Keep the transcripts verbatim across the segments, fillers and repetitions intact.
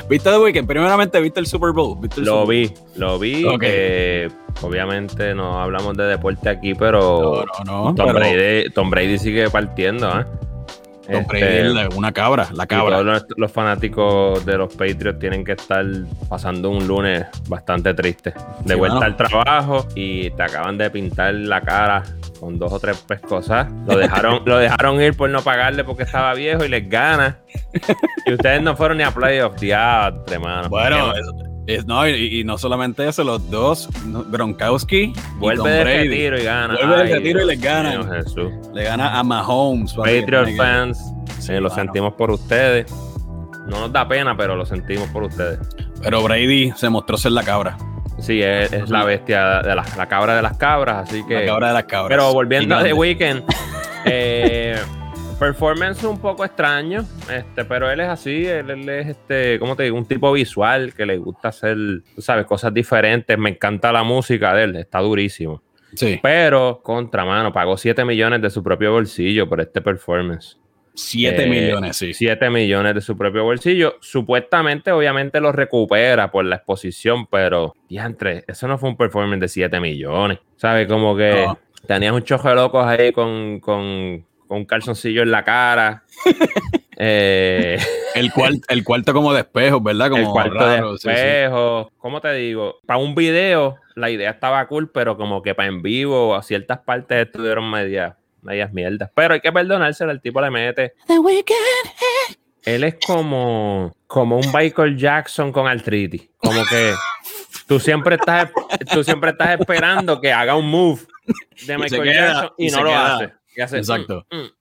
¿Viste The Weeknd? Primeramente, ¿viste el Super Bowl? ¿Viste el lo Super vi, lo vi. Okay. Eh, obviamente no hablamos de deporte aquí, pero no, no, no, Tom, pero... Brady, Tom Brady sigue partiendo, ¿eh? Tom Brady este, es una cabra, la cabra. Y todos los, los fanáticos de los Patriots tienen que estar pasando un lunes bastante triste. De sí, vuelta bueno. al trabajo y te acaban de pintar la cara con dos o tres pescosas. Lo dejaron, lo dejaron ir por no pagarle porque estaba viejo y les gana. Y ustedes no fueron ni a playoffs, diatre, mano. Bueno, es, es, no, y, y no solamente eso, los dos, Gronkowski vuelve de retiro y gana. Vuelve de retiro y les gana. Dios Jesús. Le gana a Mahomes. Patriot fans, sí, eh, lo sentimos por ustedes. No nos da pena, pero lo sentimos por ustedes. Pero Brady se mostró ser la cabra. Sí, es, es la bestia de la, la cabra de las cabras, así que... La cabra de las cabras. Pero volviendo a The Weeknd, eh, performance un poco extraño, este, pero él es así, él, él es, este, ¿cómo te digo? Un tipo visual que le gusta hacer, tú sabes, cosas diferentes. Me encanta la música de él, está durísimo. Sí. Pero, contra mano, pagó siete millones de su propio bolsillo por este performance. siete eh, millones, sí. siete millones de su propio bolsillo. Supuestamente, obviamente, lo recupera por la exposición, pero, diantre, eso no fue un performance de siete millones. ¿Sabes? Como que no. Tenías un chojo de locos ahí con, con, con un calzoncillo en la cara. eh, el, cual, el cuarto como de espejos, ¿verdad? Como el cuarto raro, de espejos. Sí, sí. ¿Cómo te digo? Para un video, la idea estaba cool, pero como que para en vivo, a ciertas partes estuvieron medias. medias mierdas, pero hay que perdonárselo, el tipo le mete. The Weeknd. Él es como, como un Michael Jackson con artritis, como que tú siempre estás, tú siempre estás esperando que haga un move de Michael y queda, Jackson y, y no lo queda. hace. Y hace. Exacto. Mm, mm.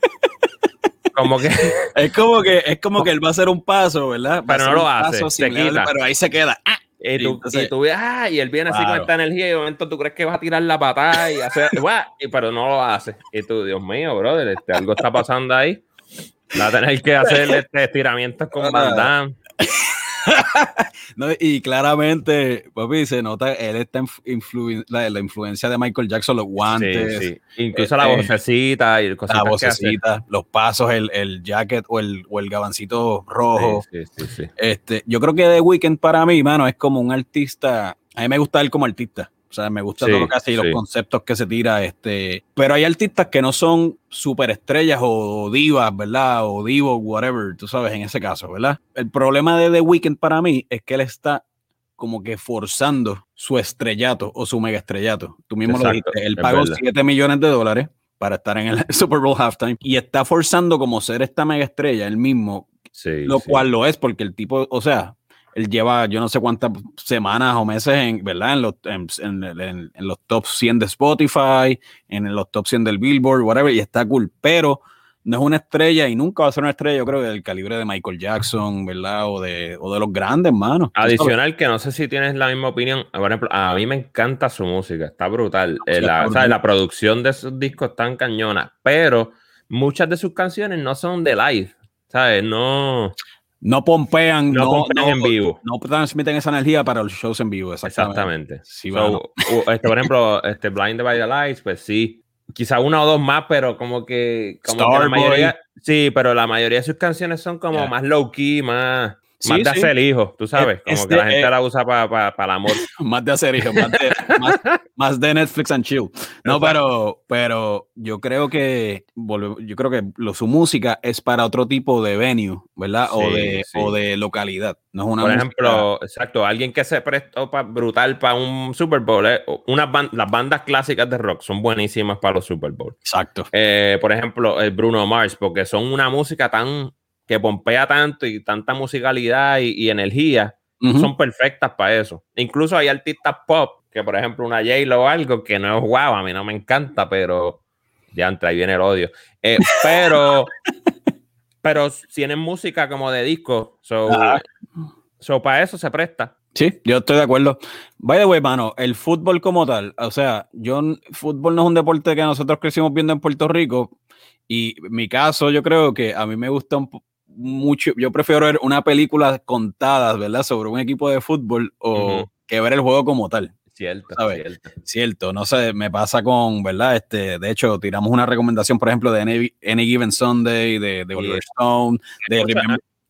Como que es como que es como que él va a hacer un paso, ¿verdad? Pero no lo hace, se quita. Pero ahí se queda. ¡Ah! Y tú, y, entonces, y tú ves, ah, y él viene claro. así con esta energía y de momento tú crees que vas a tirar la patada y hacer, y, pero no lo hace. Y tú, Dios mío, brother, este, algo está pasando ahí. Va a tener que hacer este, estiramientos con Van Damme. No, y claramente, papi, se nota, él está influ la, la influencia de Michael Jackson, los guantes. Sí, sí. Incluso este, la vocecita y cositas la vocecita, los pasos, el, el jacket o el, o el gabancito rojo. Sí, sí, sí, sí. Este, yo creo que The Weeknd para mí, mano, es como un artista. A mí me gusta él como artista. O sea, me gusta sí, todo lo que hace y sí. los conceptos que se tira. Este, pero hay artistas que no son superestrellas o divas, ¿verdad? O divos, whatever, tú sabes, en ese caso, ¿verdad? El problema de The Weeknd para mí es que él está como que forzando su estrellato o su mega estrellato. Tú mismo Exacto, lo dijiste. Él pagó siete millones de dólares para estar en el Super Bowl halftime y está forzando como ser esta mega estrella él mismo, sí, lo sí. cual lo es porque el tipo, o sea... Él lleva yo no sé cuántas semanas o meses en, ¿verdad? En los, en, en, en, en los top cien de Spotify, en los top cien del Billboard, whatever, y está cool, pero no es una estrella y nunca va a ser una estrella, yo creo, del calibre de Michael Jackson, ¿verdad? O de, o de los grandes, mano. Adicional, que no sé si tienes la misma opinión, por ejemplo, a mí me encanta su música, está brutal. Eh, la, ¿sabes? La producción de sus discos está en cañona, pero muchas de sus canciones no son de live, ¿sabes? No... No pompean, no, no, pompean no, en vivo. No, no transmiten esa energía para los shows en vivo. Exactamente. Exactamente. Sí, so, este, por ejemplo, este Blinded by the Lights, pues sí. Quizá una o dos más, pero como que. Como que la mayoría, sí, pero la mayoría de sus canciones son como yeah. más low key, más. Sí, más de sí. hacer hijos, tú sabes, es, como es que de, la gente eh, la usa para pa, pa el amor. Más de hacer hijos, más de, más, más de Netflix and chill. No, pero, pero yo creo que yo creo que lo, su música es para otro tipo de venue, ¿verdad? Sí, o, de, sí. o de localidad. No es una Por música... ejemplo, exacto, alguien que se prestó pa, brutal para un Super Bowl, eh, unas band, las bandas clásicas de rock son buenísimas para los Super Bowl. Exacto. Eh, por ejemplo, el Bruno Mars, porque son una música tan... que pompea tanto y tanta musicalidad y, y energía, uh-huh. son perfectas para eso. Incluso hay artistas pop, que por ejemplo una J-Lo o algo, que no es guau, a mí no me encanta, pero ya entra, ahí viene el odio. Eh, pero, pero tienen música como de disco, so, uh-huh. so para eso se presta. Sí, yo estoy de acuerdo. By the way, mano, el fútbol como tal, o sea, yo, fútbol no es un deporte que nosotros crecimos viendo en Puerto Rico, y en mi caso yo creo que a mí me gusta un mucho, yo prefiero ver una película contada, ¿verdad? Sobre un equipo de fútbol o uh-huh. que ver el juego como tal. Cierto, ¿sabes? cierto. Cierto, no sé, me pasa con, ¿verdad? Este, de hecho, tiramos una recomendación, por ejemplo, de Any, Any Given Sunday, de, de Oliver Stone, de Remember,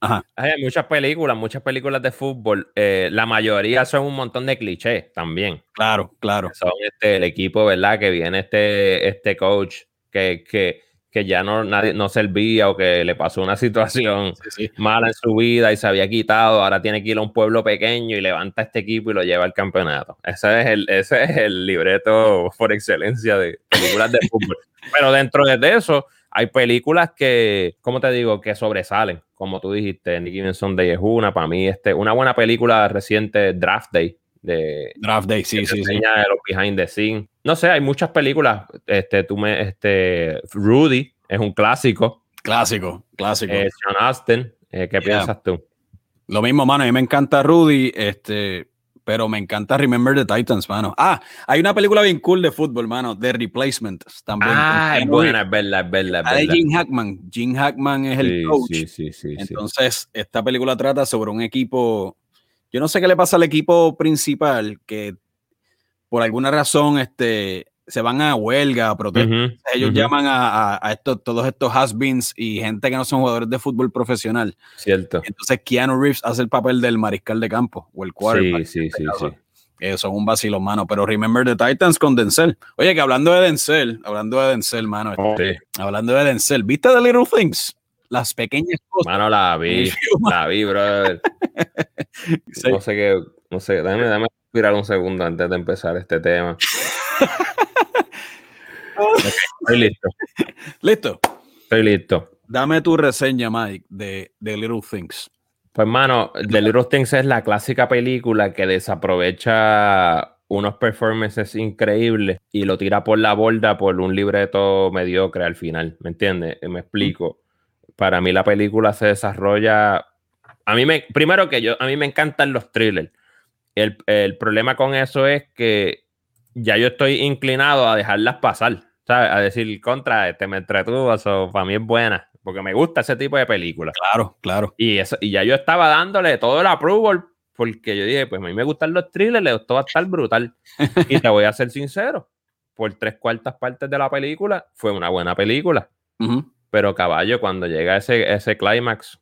Ajá. Hay muchas películas, muchas películas de fútbol. Eh, la mayoría son un montón de clichés también. Claro, claro. Son este, el equipo, ¿verdad? Que viene este, este coach que, que, que ya no, nadie, no servía o que le pasó una situación sí, sí. mala en su vida y se había quitado. Ahora tiene que ir a un pueblo pequeño y levanta este equipo y lo lleva al campeonato. Ese es el, ese es el libreto por excelencia de películas de fútbol. Pero dentro de eso hay películas que, ¿cómo te digo? Que sobresalen. Como tú dijiste, Any Given Sunday es una. Para mí, este, una buena película reciente, Draft Day. De, Draft Day, sí, sí, sí. De los behind the scenes. No sé, hay muchas películas. Este, tú me, este, Rudy es un clásico. Clásico, clásico. Eh, Sean Astin, eh, ¿qué yeah. piensas tú? Lo mismo, mano. A mí me encanta Rudy, este, pero me encanta Remember the Titans, mano. Ah, hay una película bien cool de fútbol, mano, The Replacement también. Ah, es buena, es verdad, es verdad. La de Gene Hackman. Gene Hackman es el sí, coach. Sí, sí, sí. Entonces, sí. Esta película trata sobre un equipo. Yo no sé qué le pasa al equipo principal, que por alguna razón este, se van a huelga, a protesta. Uh-huh, Ellos uh-huh. llaman a, a, a estos, todos estos has-beens y gente que no son jugadores de fútbol profesional. Cierto. Entonces Keanu Reeves hace el papel del mariscal de campo o el quarterback. Sí, sí, sí, sí. Eh, son un vacilo, mano. Pero Remember the Titans con Denzel. Oye, que hablando de Denzel, hablando de Denzel, mano. Oh, este, sí. Hablando de Denzel, ¿viste The Little Things? Las pequeñas cosas. Mano, la vi, la vi, brother. Sí. No sé qué, no sé, dame, dame respirar un segundo antes de empezar este tema. Okay, estoy listo. ¿Listo? Estoy listo. Dame tu reseña, Mike, de, de Little Things. Pues, mano, The Little Things es la clásica película que desaprovecha unos performances increíbles y lo tira por la borda por un libreto mediocre al final, ¿me entiendes? Me explico. Para mí la película se desarrolla... A mí me... Primero que yo, a mí me encantan los thrillers. El, el problema con eso es que ya yo estoy inclinado a dejarlas pasar, ¿sabes? A decir, contra, este me entretuvo, eso para mí es buena, porque me gusta ese tipo de películas. Claro, claro. Y, eso, y ya yo estaba dándole todo el approval, porque yo dije, pues a mí me gustan los thrillers, esto va a estar brutal. Y te voy a ser sincero, por tres cuartas partes de la película, fue una buena película. Uh-huh. Pero caballo, cuando llega ese, ese clímax,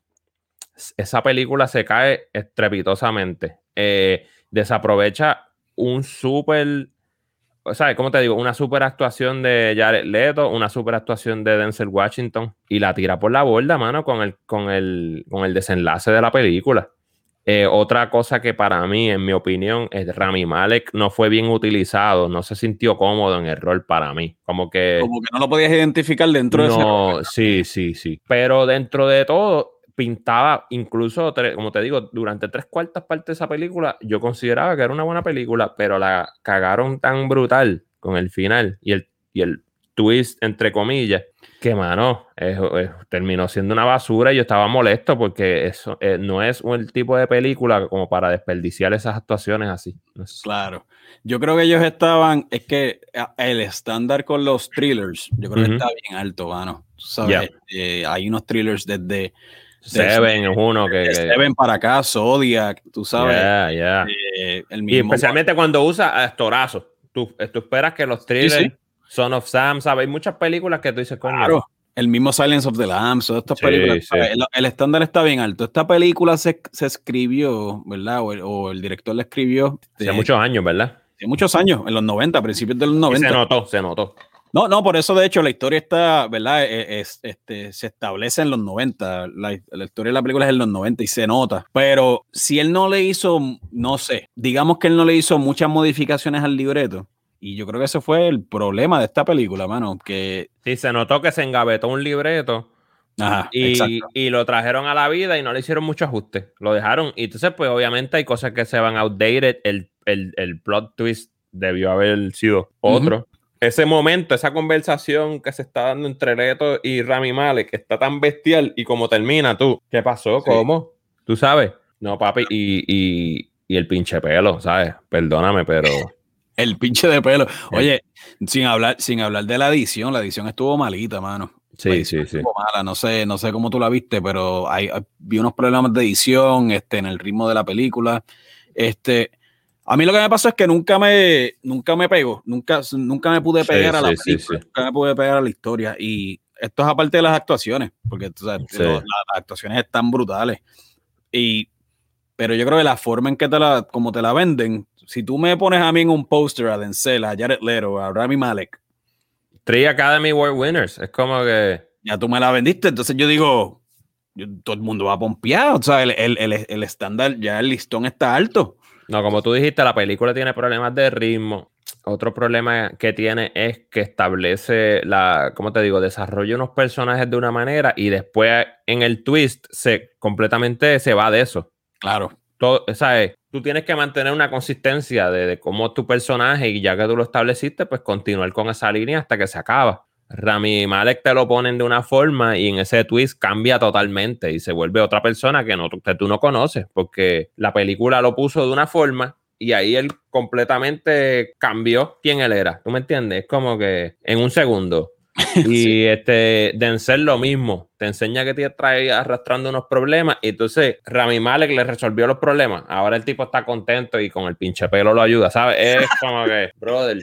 esa película se cae estrepitosamente. Eh, desaprovecha un súper, ¿sabes? ¿Cómo te digo? Una súper actuación de Jared Leto, una súper actuación de Denzel Washington y la tira por la borda, mano, con el, con el, con el desenlace de la película. Eh, otra cosa que para mí, en mi opinión, es Rami Malek no fue bien utilizado, no se sintió cómodo en el rol para mí. Como que... Como que no lo podías identificar dentro no, de ese rol. No, sí, sí, sí. Pero dentro de todo... pintaba, incluso, como te digo, durante tres cuartas partes de esa película, yo consideraba que era una buena película, pero la cagaron tan brutal con el final y el, y el twist, entre comillas, que, mano, es, es, terminó siendo una basura y yo estaba molesto porque eso eh, no es un tipo de película como para desperdiciar esas actuaciones así. No sé. Claro. Yo creo que ellos estaban, es que el estándar con los thrillers, yo creo uh-huh. que está bien alto, mano. ¿Sabes? Yeah. Eh, hay unos thrillers desde... Seven es uno que, que... Seven para acá, Zodiac, tú sabes. Yeah, yeah. Eh, el mismo... Y especialmente cuando usa actorazos. Tú, tú esperas que los thrillers, sí, sí. Son of Sam, ¿sabes? Hay muchas películas que tú dices, coño. Claro, el mismo Silence of the Lambs, todas estas sí, películas. Sí. El, el estándar está bien alto. Esta película se, se escribió, ¿verdad? O el, o el director la escribió. Hace de, muchos años, ¿verdad? Hace muchos años, en los noventa, principios de los noventa. Y se notó, se notó. No, no, por eso de hecho la historia está, ¿verdad? Es, este, se establece en los noventa, la, la historia de la película es en los noventa y se nota, pero si él no le hizo, no sé, digamos que él no le hizo muchas modificaciones al libreto, y yo creo que ese fue el problema de esta película, mano, que... Sí, se notó que se engavetó un libreto. Ajá, y, y lo trajeron a la vida y no le hicieron mucho ajuste, lo dejaron, y entonces pues obviamente hay cosas que se van outdated, el, el, el plot twist debió haber sido otro. Uh-huh. Ese momento, esa conversación que se está dando entre Leto y Rami Malek, que está tan bestial, y como termina tú, ¿qué pasó? Sí. ¿Cómo? ¿Tú sabes? No, papi, y, y, y el pinche pelo, ¿sabes? Perdóname, pero... el pinche de pelo. Oye, sin hablar, sin hablar de la edición, la edición estuvo malita, mano. Sí, sí, sí. Estuvo mala, no sé, no sé cómo tú la viste, pero hay, vi unos problemas de edición, este, en el ritmo de la película, este... A mí lo que me pasó es que nunca me, nunca me pegó, nunca, nunca me pude pegar sí, a la sí, película, sí, sí. nunca me pude pegar a la historia. Y esto es aparte de las actuaciones, porque tú sabes, sí. lo, la, las actuaciones están brutales. Y, pero yo creo que la forma en que te la, como te la venden, si tú me pones a mí en un póster a Denzel, a Jared Leto, a Rami Malek. Three Academy Award winners. Es como que... Ya tú me la vendiste, entonces yo digo, yo, todo el mundo va pompeado, o sea, el, el, el, el estándar, ya el listón está alto. No, como tú dijiste, la película tiene problemas de ritmo. Otro problema que tiene es que establece la, ¿cómo te digo? Desarrolla unos personajes de una manera y después en el twist se completamente se va de eso. Claro. Todo, ¿sabes? Tú tienes que mantener una consistencia de, de cómo es tu personaje y ya que tú lo estableciste, pues continuar con esa línea hasta que se acaba. Rami Malek te lo ponen de una forma y en ese twist cambia totalmente y se vuelve otra persona que, no, que tú no conoces porque la película lo puso de una forma y ahí él completamente cambió quién él era. ¿Tú me entiendes? Es como que en un segundo. Y sí. este Denzel lo mismo. Te enseña que te trae arrastrando unos problemas y entonces Rami Malek le resolvió los problemas. Ahora el tipo está contento y con el pinche pelo lo ayuda, ¿sabes? Es como que, brother...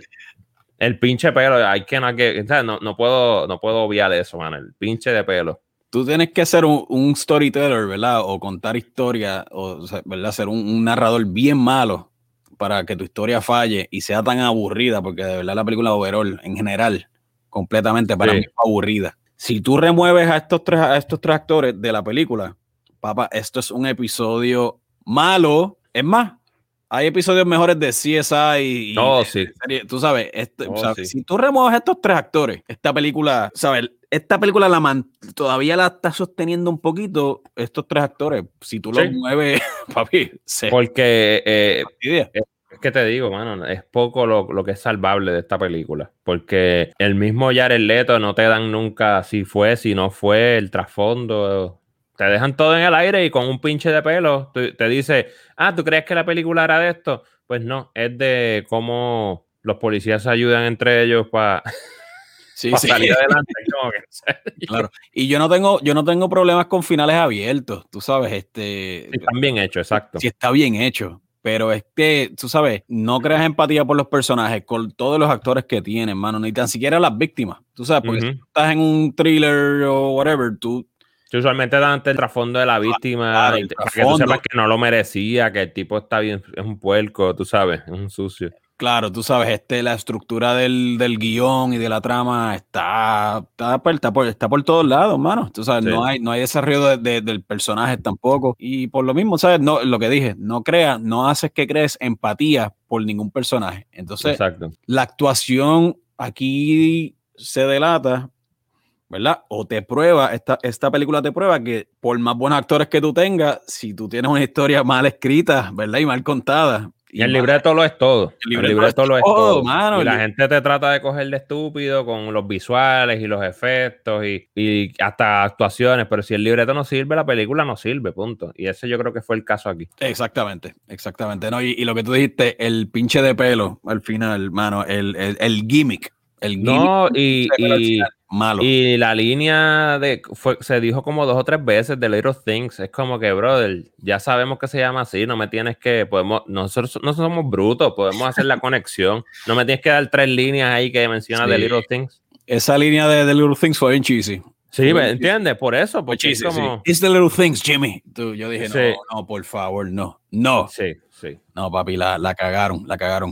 El pinche pelo, hay que no, no, no puedo no puedo obviar eso, man. El pinche de pelo. Tú tienes que ser un, un storyteller, ¿verdad? O contar historia, o ¿verdad? Ser un, un narrador bien malo para que tu historia falle y sea tan aburrida, porque de verdad la película overall, en general, completamente para sí. mí fue aburrida. Si tú remueves a estos tres, a estos tres actores de la película, papá, esto es un episodio malo. Es más, hay episodios mejores de C S I y oh, de, sí. de serie. Tú sabes, este, oh, sabes sí. si tú remueves a estos tres actores, esta película, ¿sabes? Esta película la man, todavía la está sosteniendo un poquito estos tres actores. Si tú sí. los mueves, papi, se porque eh, es, es que te digo, mano, es poco lo, lo que es salvable de esta película. Porque el mismo Jared Leto no te dan nunca si fue, si no fue, el trasfondo. Te dejan todo en el aire y con un pinche de pelo te, te dice, ah, ¿tú crees que la película era de esto? Pues no, es de cómo los policías se ayudan entre ellos para sí, pa sí. salir adelante. Como que, claro. Y yo no tengo, yo no tengo problemas con finales abiertos, tú sabes, este. Sí, están bien hechos, exacto. Sí, está bien hecho. Pero es que, tú sabes, no creas empatía por los personajes, con todos los actores que tienen, mano, ni tan siquiera las víctimas. Tú sabes, porque uh-huh. si tú estás en un thriller o whatever, tú. Sí, usualmente dan el trasfondo de la víctima, claro, y, para que tú sepas que no lo merecía, que el tipo está bien, es un puerco, tú sabes, es un sucio. Claro, tú sabes, este, la estructura del, del guión y de la trama está, está, está, por, está por todos lados, mano. Tú sabes, sí. no hay, no hay desarrollo de, de, del personaje tampoco. Y por lo mismo, ¿sabes? No, lo que dije, no creas, no haces que crees empatía por ningún personaje. Entonces, exacto. La actuación aquí se delata, ¿verdad? O te prueba, esta, esta película te prueba que por más buenos actores que tú tengas, si tú tienes una historia mal escrita, ¿verdad? Y mal contada. Y el libreto lo es todo. El libreto, el libreto lo es todo, todo. Mano, y la gente te trata de coger de estúpido con los visuales y los efectos y, y hasta actuaciones, pero si el libreto no sirve, la película no sirve, punto. Y ese yo creo que fue el caso aquí. Exactamente, exactamente. No, y, y lo que tú dijiste, el pinche de pelo al final, mano, el, el, el gimmick. El gimmick no, y, y, malo. y la línea de fue, se dijo como dos o tres veces de Little Things. Es como que, brother, ya sabemos que se llama así. No me tienes que, podemos, nosotros no somos brutos, podemos hacer la conexión. No me tienes que dar tres líneas ahí que mencionas sí. de Little Things. Esa línea de, de Little Things fue bien cheesy. Sí, ¿me entiendes? Por eso, porque cheesy, es como... Sí. It's the little things, Jimmy. Tú, yo dije, sí. no, no, por favor, no, no. Sí, sí. No, papi, la, la cagaron, la cagaron.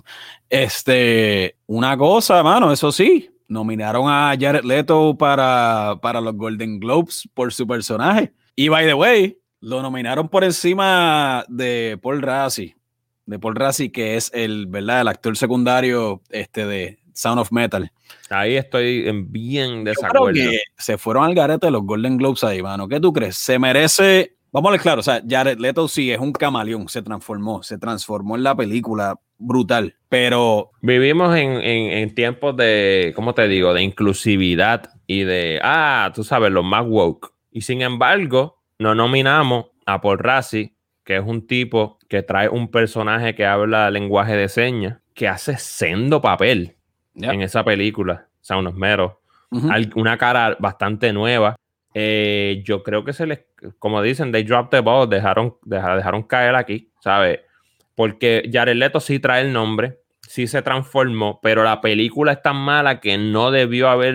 Este, una cosa, mano, eso sí, nominaron a Jared Leto para, para los Golden Globes por su personaje. Y, by the way, lo nominaron por encima de Paul Raci, de Paul Raci, que es el, ¿verdad? El actor secundario este, de Sound of Metal. Ahí estoy en bien desacuerdo. Yo creo que se fueron al garete los Golden Globes ahí, mano. ¿Qué tú crees? ¿Se merece? Vamos a ver claro, o sea, Jared Leto sí es un camaleón, se transformó, se transformó en la película brutal, pero... Vivimos en, en, en tiempos de, ¿cómo te digo? De inclusividad y de, ah, tú sabes, los más woke. Y sin embargo, no nominamos a Paul Raci, que es un tipo que trae un personaje que habla lenguaje de señas, que hace sendo papel yep. en esa película, Sound of Metal. Uh-huh. Una cara bastante nueva. Eh, yo creo que se les, como dicen, they dropped the ball, dejaron, dejaron, dejaron caer aquí, ¿sabes? Porque Jared Leto sí trae el nombre, sí se transformó, pero la película es tan mala que no debió haber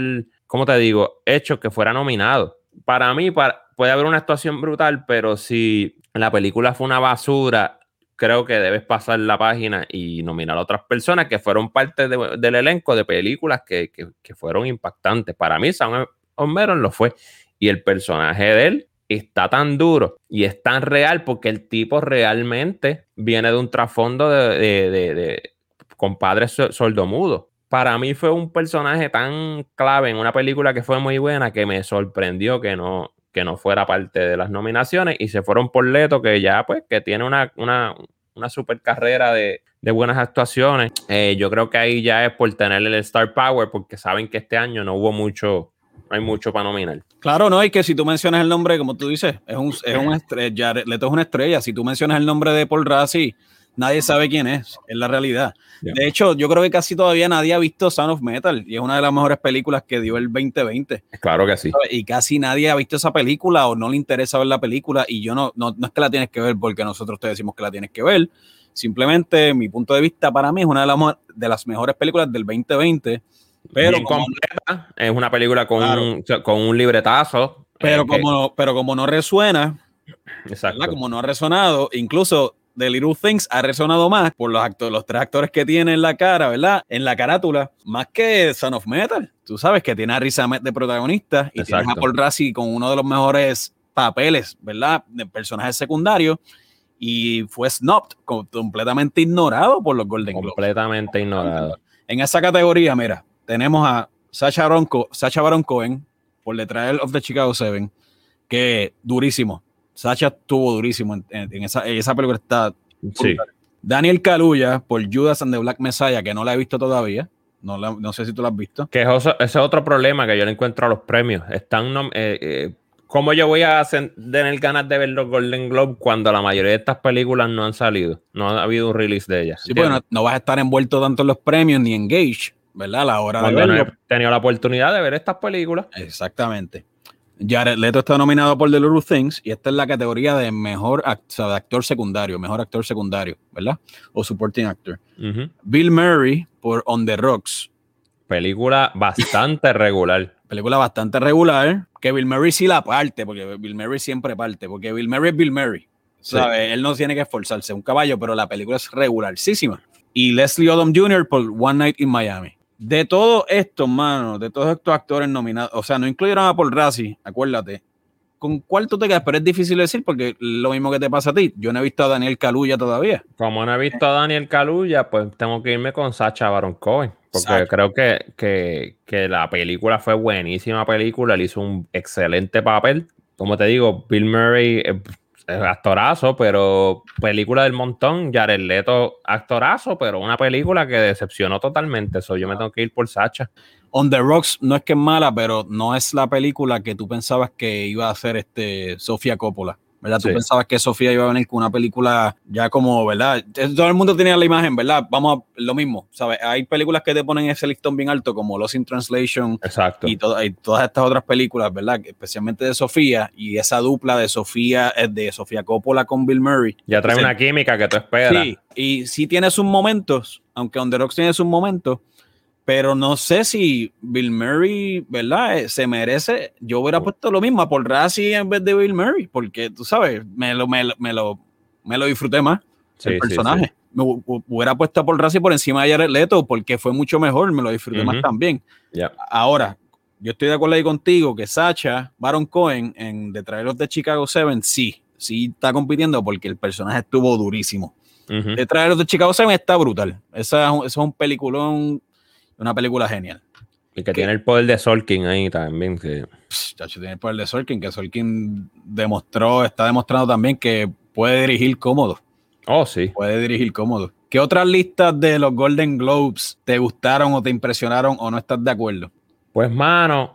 ¿cómo te digo? Hecho que fuera nominado. Para mí para, puede haber una actuación brutal, pero si la película fue una basura, creo que debes pasar la página y nominar a otras personas que fueron parte de, del elenco de películas que, que, que fueron impactantes. Para mí, Sam Meron lo fue. Y el personaje de él está tan duro y es tan real porque el tipo realmente viene de un trasfondo de, de, de, de con padres sordomudos. Para mí fue un personaje tan clave en una película que fue muy buena que me sorprendió que no, que no fuera parte de las nominaciones y se fueron por Leto, que ya pues que tiene una, una, una super carrera de, de buenas actuaciones. Eh, yo creo que ahí ya es por tener el Star Power porque saben que este año no hubo mucho, no hay mucho para nominar. Claro, no, y que si tú mencionas el nombre, como tú dices, es un, es una estrella, Leto es una estrella. Si tú mencionas el nombre de Paul Raci, nadie sabe quién es, es la realidad. Yeah. De hecho, yo creo que casi todavía nadie ha visto Sound of Metal y es una de las mejores películas que dio el veinte veinte. Claro que sí. Y casi nadie ha visto esa película o no le interesa ver la película y yo no, no, no es que la tienes que ver porque nosotros te decimos que la tienes que ver. Simplemente, mi punto de vista, para mí es una de las, de las mejores películas del veinte veinte. Pero bien como, completa, es una película con, claro, un, con un libretazo. Pero, eh, como, que... pero como no resuena, exacto. ¿verdad? Como no ha resonado, incluso The Little Things ha resonado más por los actores, los tres actores que tiene en la cara, ¿verdad? En la carátula, más que Son of Metal. Tú sabes que tiene a Riz Ahmed de protagonista y exacto. tienes a Paul Raci con uno de los mejores papeles, ¿verdad? De personajes secundarios. Y fue snubbed, completamente ignorado por los Golden Globes. Completamente ignorado. En esa categoría, mira, tenemos a Sacha Baron, Co- Sacha Baron Cohen por detrás of the Chicago Seven, que durísimo. Sacha estuvo durísimo en, en, en, esa, en esa película. Está sí. Daniel Kaluuya por Judas and the Black Messiah, que no la he visto todavía. No, la, no sé si tú la has visto. Que ese es otro problema que yo le encuentro a los premios. Están... Eh, eh, ¿Cómo yo voy a tener ganas de ver los Golden Globes cuando la mayoría de estas películas no han salido? No ha habido un release de ellas. Sí, bueno, no, no vas a estar envuelto tanto en los premios ni engaged, ¿verdad? A la hora cuando de verlo. no he tenido la oportunidad de ver estas películas. Exactamente. Jared Leto está nominado por The Little Things y esta es la categoría de mejor act- o sea, de actor secundario, mejor actor secundario, ¿verdad? O supporting actor. Uh-huh. Bill Murray por On the Rocks. Película bastante regular. Película bastante regular, que Bill Murray sí la parte, porque Bill Murray siempre parte, porque Bill Murray es Bill Murray, ¿sabes? Sí. Él no tiene que esforzarse, un caballo, pero la película es regularísima. Y Leslie Odom junior por One Night in Miami. De todo esto, mano, de todos estos actores nominados, o sea, no incluyeron a Paul Raci, acuérdate. ¿Con cuál tú te quedas? Pero es difícil decir porque lo mismo que te pasa a ti. Yo no he visto a Daniel Kaluuya todavía. Como no he visto a Daniel Kaluuya, pues tengo que irme con Sacha Baron Cohen. Porque Sacha. creo que, que, que la película fue buenísima película. Él hizo un excelente papel. Como te digo, Bill Murray es, es actorazo, pero película del montón. Jared Leto, actorazo, pero una película que decepcionó totalmente. Eso yo me tengo que ir por Sacha. On the Rocks no es que es mala, pero no es la película que tú pensabas que iba a hacer este Sofía Coppola, ¿verdad? Sí. Tú pensabas que Sofía iba a venir con una película ya como, ¿verdad? Todo el mundo tenía la imagen, ¿verdad? Vamos a lo mismo, ¿sabes? Hay películas que te ponen ese listón bien alto, como Lost in Translation. Exacto. Y, to- y todas estas otras películas, ¿verdad? Especialmente de Sofía, y esa dupla de Sofía, de Sofía Coppola con Bill Murray. Ya trae una química que tú esperas. Sí, y sí tiene sus momentos, aunque On the Rocks tiene sus momentos. Pero no sé si Bill Murray, ¿verdad? Se merece. Yo hubiera puesto lo mismo a Paul Raci en vez de Bill Murray, porque tú sabes, me lo, me, me lo, me lo disfruté más. Sí, el personaje. Sí, sí. Me hubiera puesto a Paul Raci por encima de Jared Leto porque fue mucho mejor, me lo disfruté uh-huh. más también. Yeah. Ahora, yo estoy de acuerdo ahí contigo que Sacha Baron Cohen en The Trial of the Chicago Seven, sí, sí está compitiendo porque el personaje estuvo durísimo. Uh-huh. The Trial of the Chicago Seven está brutal. Esa, eso es un peliculón. Una película genial. Y que, que tiene el poder de Sorkin ahí también. Que... Chacho, tiene el poder de Sorkin, que Sorkin demostró, está demostrando también que puede dirigir cómodo. Oh, sí. Puede dirigir cómodo. ¿Qué otras listas de los Golden Globes te gustaron o te impresionaron o no estás de acuerdo? Pues, mano,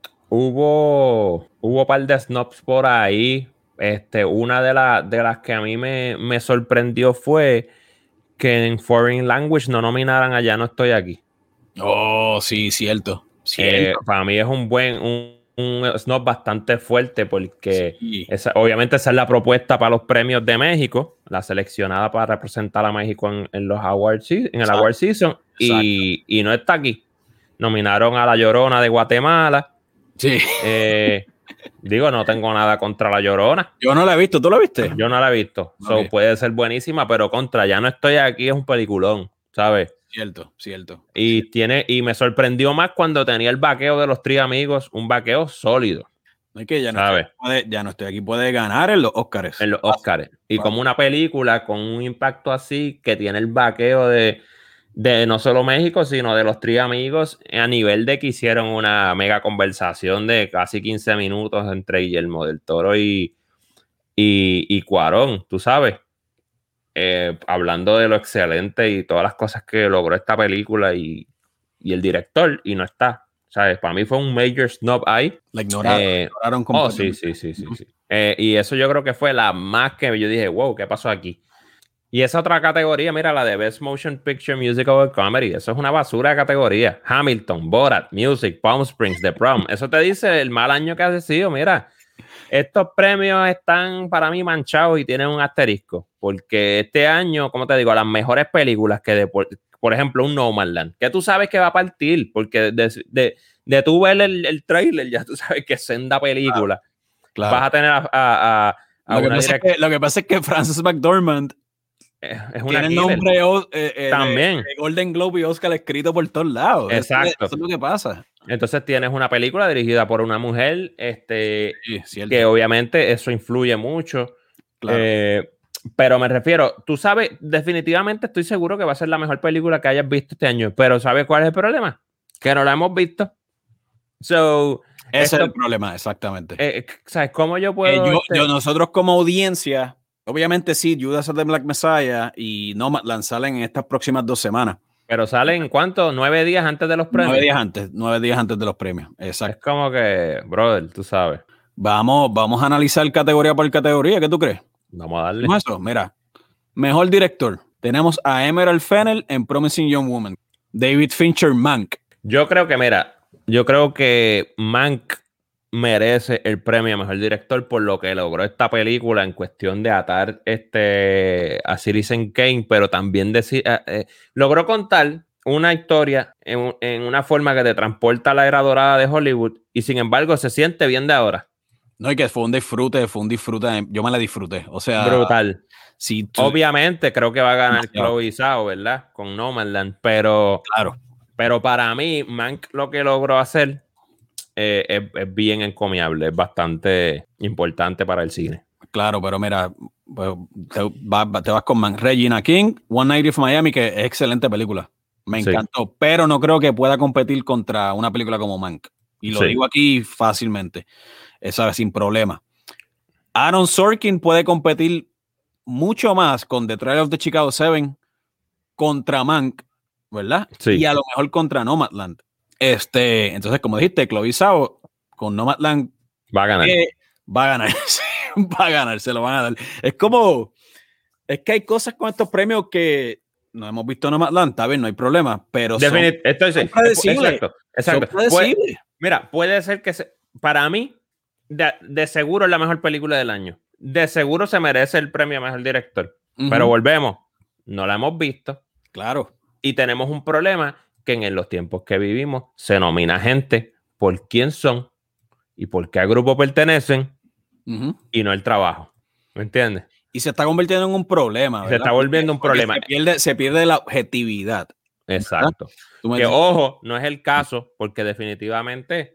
hubo hubo un par de snobs por ahí. Este, una de, la, de las que a mí me, me sorprendió fue que en Foreign Language no nominaran a Ya no estoy aquí. Oh, sí, cierto. cierto. Eh, para mí es un buen, un, un snob bastante fuerte porque sí. esa, obviamente esa es la propuesta para los premios de México, la seleccionada para representar a México en, en los awards, en el Award Season y, y no está aquí. Nominaron a La Llorona de Guatemala. Sí. Eh, digo, no tengo nada contra La Llorona. Yo no la he visto, ¿tú la viste? Yo no la he visto. Okay. So, puede ser buenísima, pero contra Ya no estoy aquí es un peliculón, ¿sabes? Cierto, cierto. Y, cierto. Tiene, y me sorprendió más cuando tenía el vaqueo de los tres amigos, un vaqueo sólido. No es que ya no, estoy aquí, puede, ya no estoy aquí, puede ganar en los Oscars. En los Oscars. Y Fácil. Como una película con un impacto así, que tiene el vaqueo de, de no solo México, sino de los tres amigos, a nivel de que hicieron una mega conversación de casi quince minutos entre Guillermo del Toro y, y, y Cuarón, tú sabes. Eh, hablando de lo excelente y todas las cosas que logró esta película y, y el director, y no está. ¿Sabes? Para mí fue un major snob ahí. La ignoraron. Eh, ignoraron oh, sí, sí, sí, sí. sí. Eh, y eso yo creo que fue la más que yo dije, wow, ¿qué pasó aquí? Y esa otra categoría, mira, la de Best Motion Picture Musical or Comedy, eso es una basura de categoría. Hamilton, Borat, Music, Palm Springs, The Prom. Eso te dice el mal año que ha sido. Mira, estos premios están para mí manchados y tienen un asterisco. Porque este año, como te digo, las mejores películas que de por, por ejemplo, un Nomadland, que tú sabes que va a partir, porque de, de, de tú ver el, el trailer, ya tú sabes que es senda película. Claro, claro. Vas a tener a, a, a lo, que pasa es que, lo que pasa es que Frances McDormand es, es una tiene el nombre eh, eh, también de, de Golden Globe y Oscar escrito por todos lados. Exacto. Eso, eso es lo que pasa. Entonces tienes una película dirigida por una mujer, este, sí, que obviamente eso influye mucho. Claro. Eh, pero me refiero, tú sabes, definitivamente estoy seguro que va a ser la mejor película que hayas visto este año, pero ¿sabes cuál es el problema? Que no la hemos visto. So, ese esto, es el problema, exactamente. Eh, ¿Sabes cómo yo puedo? Eh, yo, este... yo, nosotros como audiencia, obviamente sí, Judas and the Black Messiah y Nomadland salen en estas próximas dos semanas. Pero salen, ¿cuánto? ¿Nueve días antes de los premios? Nueve días antes, nueve días antes de los premios, exacto. Es como que, brother, tú sabes. Vamos, vamos a analizar categoría por categoría, ¿qué tú crees? Vamos a darle. ¿Cómo eso? Mira, mejor director. Tenemos a Emerald Fennell en Promising Young Woman. David Fincher, Mank. Yo creo que, mira, yo creo que Mank merece el premio a mejor director por lo que logró esta película en cuestión de atar este, a Citizen Kane, pero también decir, eh, eh, logró contar una historia en, en una forma que te transporta a la era dorada de Hollywood y sin embargo se siente bien de ahora. No, y que fue un disfrute, fue un disfrute, yo me la disfruté, o sea... Brutal. Si tú... Obviamente creo que va a ganar Chloe Zhao, ¿verdad? Con Nomadland, pero... Claro. Pero para mí, Mank lo que logró hacer eh, es, es bien encomiable, es bastante importante para el cine. Claro, pero mira, te, va, te vas con Mank. Regina King, One Night in Miami, que es excelente película. Me encantó, sí. Pero no creo que pueda competir contra una película como Mank. Y lo sí. digo aquí fácilmente. Esa sin problema. Aaron Sorkin puede competir mucho más con The Trial of the Chicago Seven contra Mank, ¿verdad? Sí. Y a lo mejor contra Nomadland. Este, entonces, como dijiste, Chloe Zhao con Nomadland va a ganar. Eh, va a ganar. va a ganar, se lo van a dar. Es como, es que hay cosas con estos premios que no hemos visto Nomadland, está bien, no hay problema, pero Definit son, Esto es, son predecibles. Exacto, exacto. Son predecibles. Puede, mira, puede ser que se, para mí De, de seguro es la mejor película del año. De seguro se merece el premio a mejor director. Uh-huh. Pero volvemos. No la hemos visto. Claro. Y tenemos un problema que en los tiempos que vivimos se nomina gente por quién son y por qué grupo pertenecen uh-huh. y no el trabajo. ¿Me entiendes? Y se está convirtiendo en un problema, ¿verdad? Se está volviendo un problema. Se pierde, se pierde la objetividad. Exacto. Que ojo, no es el caso porque definitivamente...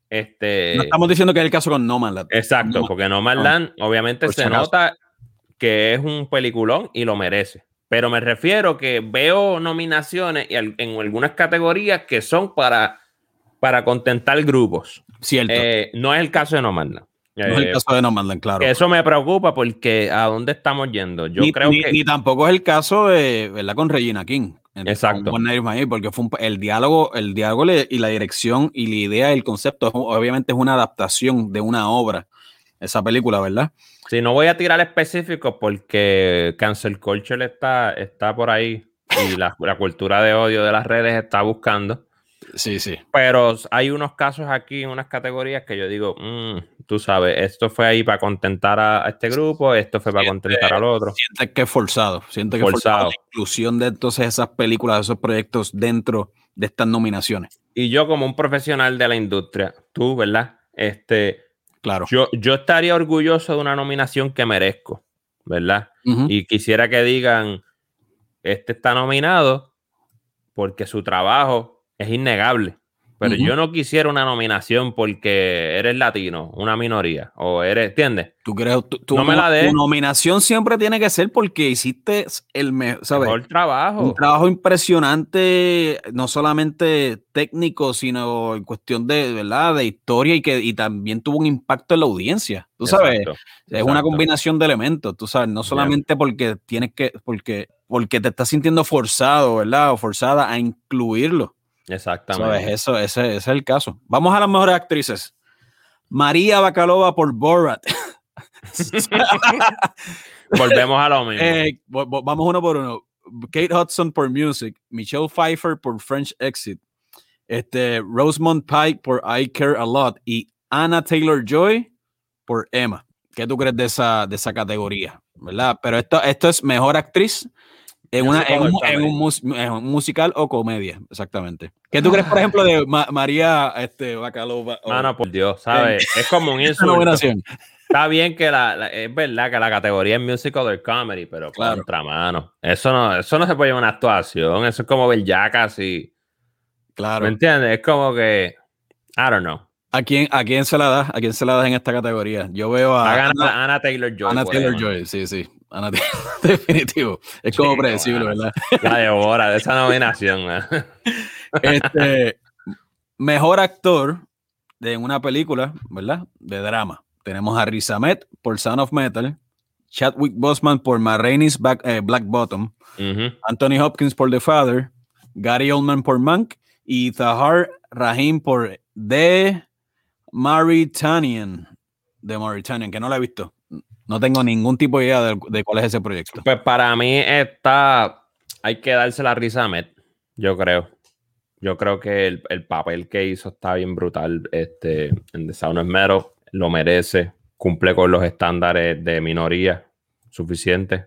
Este, no estamos diciendo que es el caso con Nomadland. Exacto, No, porque Nomadland no, obviamente se nota que es un peliculón y lo merece. Pero me refiero que veo nominaciones en algunas categorías que son para, para contentar grupos. Cierto. Eh, no es el caso de Nomadland. No eh, es el caso de Nomadland, claro. Eso me preocupa porque ¿a dónde estamos yendo? Yo ni, creo ni, que... Ni tampoco es el caso de, ¿verdad? Con Regina King. Exacto. Con Miami, porque fue un, el diálogo, el diálogo y la dirección y la idea y el concepto, obviamente es una adaptación de una obra, esa película, ¿verdad? Sí, no voy a tirar específicos porque cancel culture está, está por ahí y la, la cultura de odio de las redes está buscando. Sí, sí. Pero hay unos casos aquí en unas categorías que yo digo, mmm, tú sabes, esto fue ahí para contentar a, a este grupo, esto fue para siente, contentar al otro. Siente que es forzado, siente que forzado. es forzado la inclusión de entonces esas películas, esos proyectos dentro de estas nominaciones. Y yo como un profesional de la industria, tú, ¿verdad? Este, claro. Yo, yo estaría orgulloso de una nominación que merezco, ¿verdad? Uh-huh. Y quisiera que digan, este está nominado porque su trabajo es innegable. Pero uh-huh. yo no quisiera una nominación porque eres latino, una minoría, o eres, ¿entiendes? ¿Tú crees? Tú, tú no me la des. Tu nominación siempre tiene que ser porque hiciste el me, ¿sabes? mejor trabajo. Un trabajo impresionante, no solamente técnico, sino en cuestión de, ¿verdad? De historia y que y también tuvo un impacto en la audiencia. Tú sabes, exacto, es exacto. Una combinación de elementos, tú sabes, no solamente yeah. porque tienes que, porque, porque te estás sintiendo forzado, ¿verdad? O forzada a incluirlo. Exactamente. ¿Sabes? Eso, ese, ese es el caso. Vamos a las mejores actrices. María Bakalova por Borat. Volvemos a lo mismo. Eh, vamos uno por uno. Kate Hudson por Music. Michelle Pfeiffer por French Exit. Este, Rosamund Pike por I Care a Lot. Y Anna Taylor-Joy por Emma. ¿Qué tú crees de esa, de esa categoría? ¿Verdad? Pero esto, esto es mejor actriz en, una, en, un, en, un mus, en un musical o comedia, exactamente. ¿Qué tú crees, por ejemplo, de Ma María este, Bakalova? Mano, por Dios, ¿sabes? Es como un insulto. Está bien que la, la, es verdad que la categoría es musical o comedy, pero claro. contra mano. Eso no, eso no se puede llevar una actuación. Eso es como ver Jackass y... Claro. ¿Me entiendes? Es como que... I don't know. ¿A quién, ¿A quién se la das? ¿A quién se la das en esta categoría? Yo veo a... a Anna, Anna Taylor-Joy. Anna Taylor-Joy, sí, sí. Anna Taylor, definitivo. Es como sí, predecible, bueno, ¿verdad? La devora de esa nominación. este, mejor actor de una película, ¿verdad? De drama. Tenemos a Riz Ahmed por Sound of Metal, Chadwick Boseman por Ma Rainey's Back, eh, Black Bottom, uh-huh. Anthony Hopkins por The Father, Gary Oldman por Mank y Tahar Rahim por The Mauritanian. The Mauritanian, que no la he visto. No tengo ningún tipo de idea de, de cuál es ese proyecto. Pues para mí está... Hay que darse la Riz Ahmed, yo creo. Yo creo que el, el papel que hizo está bien brutal este, en The Sound of Metal. Lo merece. Cumple con los estándares de minoría suficientes.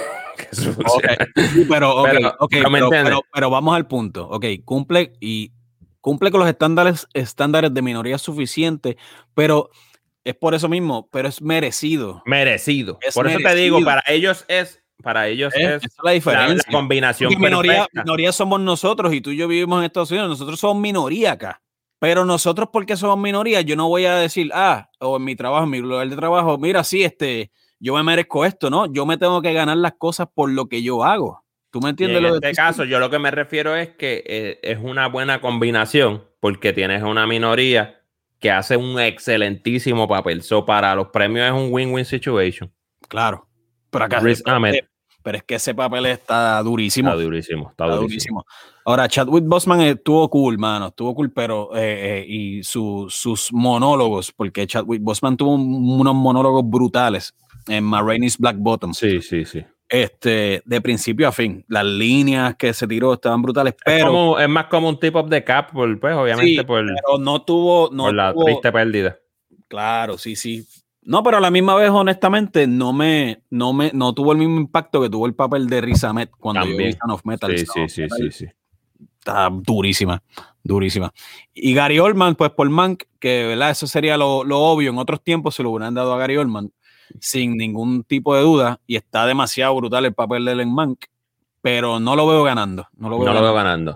Okay. Sí, pero, okay, pero, okay, pero, pero, pero vamos al punto. Ok, cumple y cumple con los estándares, estándares de minoría suficientes, pero es por eso mismo, pero es merecido. Merecido. Es por merecido. Eso te digo, para ellos es, para ellos es, es, es la diferencia. La, la combinación minoría, minoría somos nosotros y tú y yo vivimos en Estados Unidos. Nosotros somos minoría acá. Pero nosotros, porque somos minoría, yo no voy a decir, ah, o en mi trabajo, en mi lugar de trabajo, mira, sí, este, yo me merezco esto, ¿no? Yo me tengo que ganar las cosas por lo que yo hago. ¿Tú me entiendes? Y en lo este caso, yo lo que me refiero es que eh, es una buena combinación porque tienes una minoría que hace un excelentísimo papel. So, para los premios es un win-win situation. Claro. Pero acá Riz Ahmed. Pero es que ese papel está durísimo. Está durísimo, está, está durísimo. durísimo. Ahora, Chadwick Boseman estuvo cool, mano. Estuvo cool, pero... Eh, eh, y su, sus monólogos, porque Chadwick Boseman tuvo un, unos monólogos brutales en Ma Rainey's Black Bottom. Sí, sí, sí. Este, de principio a fin. Las líneas que se tiró estaban brutales, pero... Es, como, es más como un tip of the cap, por, pues, obviamente, sí, por... pero no tuvo... No por la tuvo, triste pérdida. Claro, sí, sí. No, pero a la misma vez, honestamente, no me, no me, no tuvo el mismo impacto que tuvo el papel de Riz Ahmed cuando También. yo vi Sound of Metal. Sí, sí, sí, sí, sí. Está durísima, durísima. Y Gary Oldman, pues por Mank, que verdad, eso sería lo, lo obvio. En otros tiempos se lo hubieran dado a Gary Oldman sin ningún tipo de duda. Y está demasiado brutal el papel de él en Mank, pero no lo veo ganando. No lo veo, no ganando, lo veo ganando.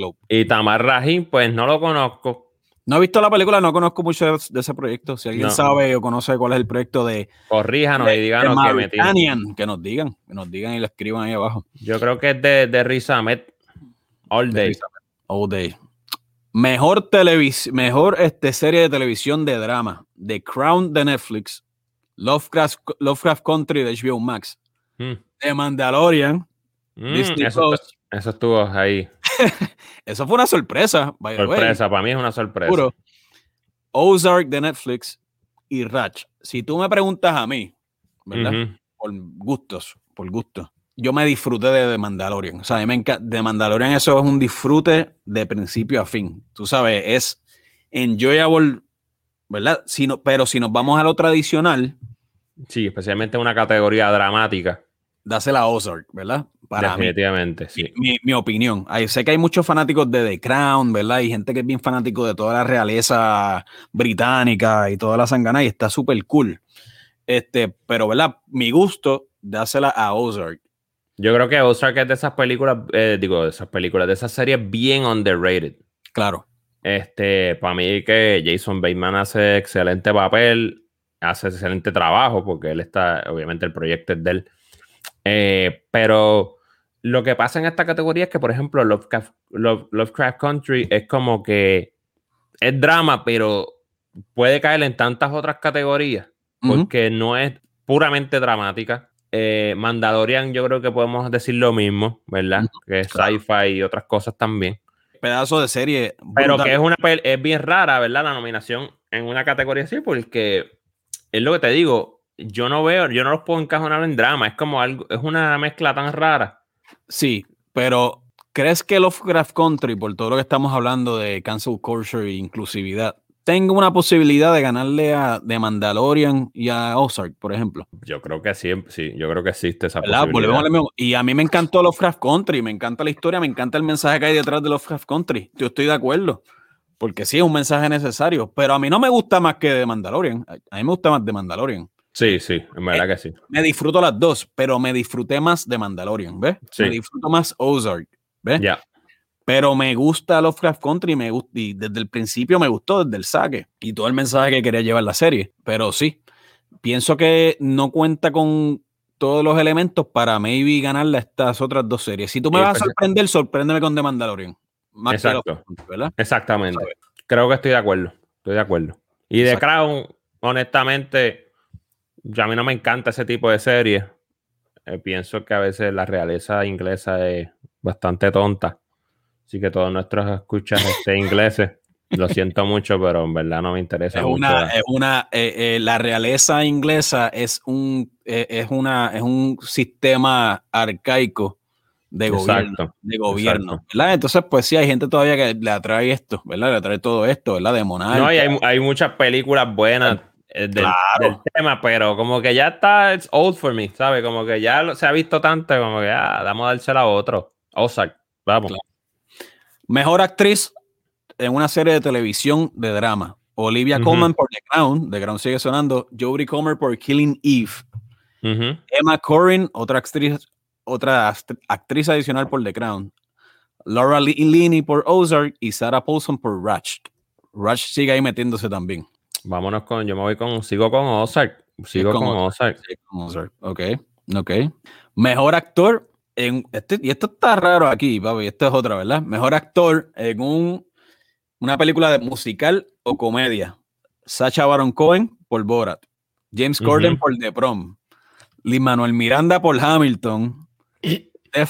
Y Tamar Rahim, pues no lo conozco. No he visto la película, no conozco mucho de, de ese proyecto. Si alguien no. sabe o conoce cuál es el proyecto de... Corríjanos de, y díganos que me tienen. Que nos digan, que nos digan y lo escriban ahí abajo. Yo creo que es de, de Riz Ahmed. All Day. All Day. Mejor, televis mejor este, serie de televisión de drama. The Crown de Netflix. Lovecraft, Lovecraft Country de H B O Max. Mm. The Mandalorian. Mm, eso, eso estuvo ahí. Eso fue una sorpresa. By sorpresa, para mí es una sorpresa. Puro. Ozark de Netflix y Ratch. Si tú me preguntas a mí, ¿verdad? Uh-huh. Por gustos, por gustos. Yo me disfruté de The Mandalorian. O sea, a mí me encanta. The Mandalorian, eso es un disfrute de principio a fin. Tú sabes, es enjoyable, ¿verdad? Si no, pero si nos vamos a lo tradicional. Sí, especialmente una categoría dramática. Dásela a Ozark, ¿verdad? Para definitivamente, mí, sí. Mi, mi, mi opinión. Ay, sé que hay muchos fanáticos de The Crown, ¿verdad? Y gente que es bien fanático de toda la realeza británica y toda la sangana y está súper cool. Este, pero, ¿verdad? Mi gusto, dásela a Ozark. Yo creo que Ozark es de esas películas, eh, digo, de esas películas, de esas series bien underrated. Claro. Este, para mí que Jason Bateman hace excelente papel, hace excelente trabajo, porque él está, obviamente el proyecto es de él. Eh, pero lo que pasa en esta categoría es que, por ejemplo, Lovecraft, Love, Lovecraft Country es como que es drama, pero puede caer en tantas otras categorías, porque uh-huh. no es puramente dramática. Eh, Mandalorian yo creo que podemos decir lo mismo, ¿verdad? Uh-huh. Que es claro. Sci-fi y otras cosas también. Pedazo de serie brutal. Pero que es una es bien rara, ¿verdad? La nominación en una categoría así, porque es lo que te digo, yo no veo, yo no los puedo encajonar en drama, es como algo, es una mezcla tan rara. Sí, pero ¿crees que Lovecraft Country, por todo lo que estamos hablando de cancel culture e inclusividad, tenga una posibilidad de ganarle a The Mandalorian y a Ozark, por ejemplo? Yo creo que sí, sí, yo creo que existe esa ¿verdad? posibilidad. Volvemos a lo mismo. Y a mí me encantó Lovecraft Country, me encanta la historia, me encanta el mensaje que hay detrás de Lovecraft Country. Yo estoy de acuerdo, porque sí es un mensaje necesario, pero a mí no me gusta más que The Mandalorian. A mí me gusta más The Mandalorian. Sí, sí, en verdad eh, que sí. Me disfruto las dos, pero me disfruté más de Mandalorian, ¿ves? Sí. Me disfruto más Ozark, ¿ves? Ya. Yeah. Pero me gusta Lovecraft Country me gusta, y desde el principio me gustó, desde el saque, y todo el mensaje que quería llevar la serie. Pero sí, pienso que no cuenta con todos los elementos para maybe ganarle a estas otras dos series. Si tú me sí, vas a sorprender, sorpréndeme con The Mandalorian. Más exacto. Que Country, ¿verdad? Exactamente. ¿Sabes? Creo que estoy de acuerdo. Estoy de acuerdo. Y The Crown, honestamente, ya a mí no me encanta ese tipo de serie. Eh, pienso que a veces la realeza inglesa es bastante tonta. Así que todos nuestros escuchas este, ingleses, lo siento mucho, pero en verdad no me interesa es mucho. Una, es una, eh, eh, la realeza inglesa es un, eh, es, una, es un sistema arcaico de gobierno. Exacto, de gobierno ¿verdad? Entonces, pues sí, hay gente todavía que le atrae esto, ¿verdad? Le atrae todo esto, ¿verdad? De monarca. No, y hay, hay muchas películas buenas del, claro. del tema, pero como que ya está, it's old for me, ¿sabes? Como que ya lo, se ha visto tanto, como que ya, ah, vamos a dársela a otro. Ozark, vamos. Claro. Mejor actriz en una serie de televisión de drama. Olivia uh-huh. Colman por The Crown. The Crown sigue sonando. Jodie Comer por Killing Eve. Uh-huh. Emma Corrin, otra actriz, otra actriz adicional por The Crown. Laura Linney por Ozark y Sarah Paulson por Ratched. Ratched sigue ahí metiéndose también. Vámonos con, yo me voy con, sigo con Ozark. Sigo con, con Ozark. Ozark. Sí, con Ozark. Ok, ok. Mejor actor en, este, y esto está raro aquí, papi, esto es otra, ¿verdad? Mejor actor en un una película de musical o comedia. Sacha Baron Cohen por Borat. James uh-huh. Corden por The Prom. Lin-Manuel Miranda por Hamilton. Dev,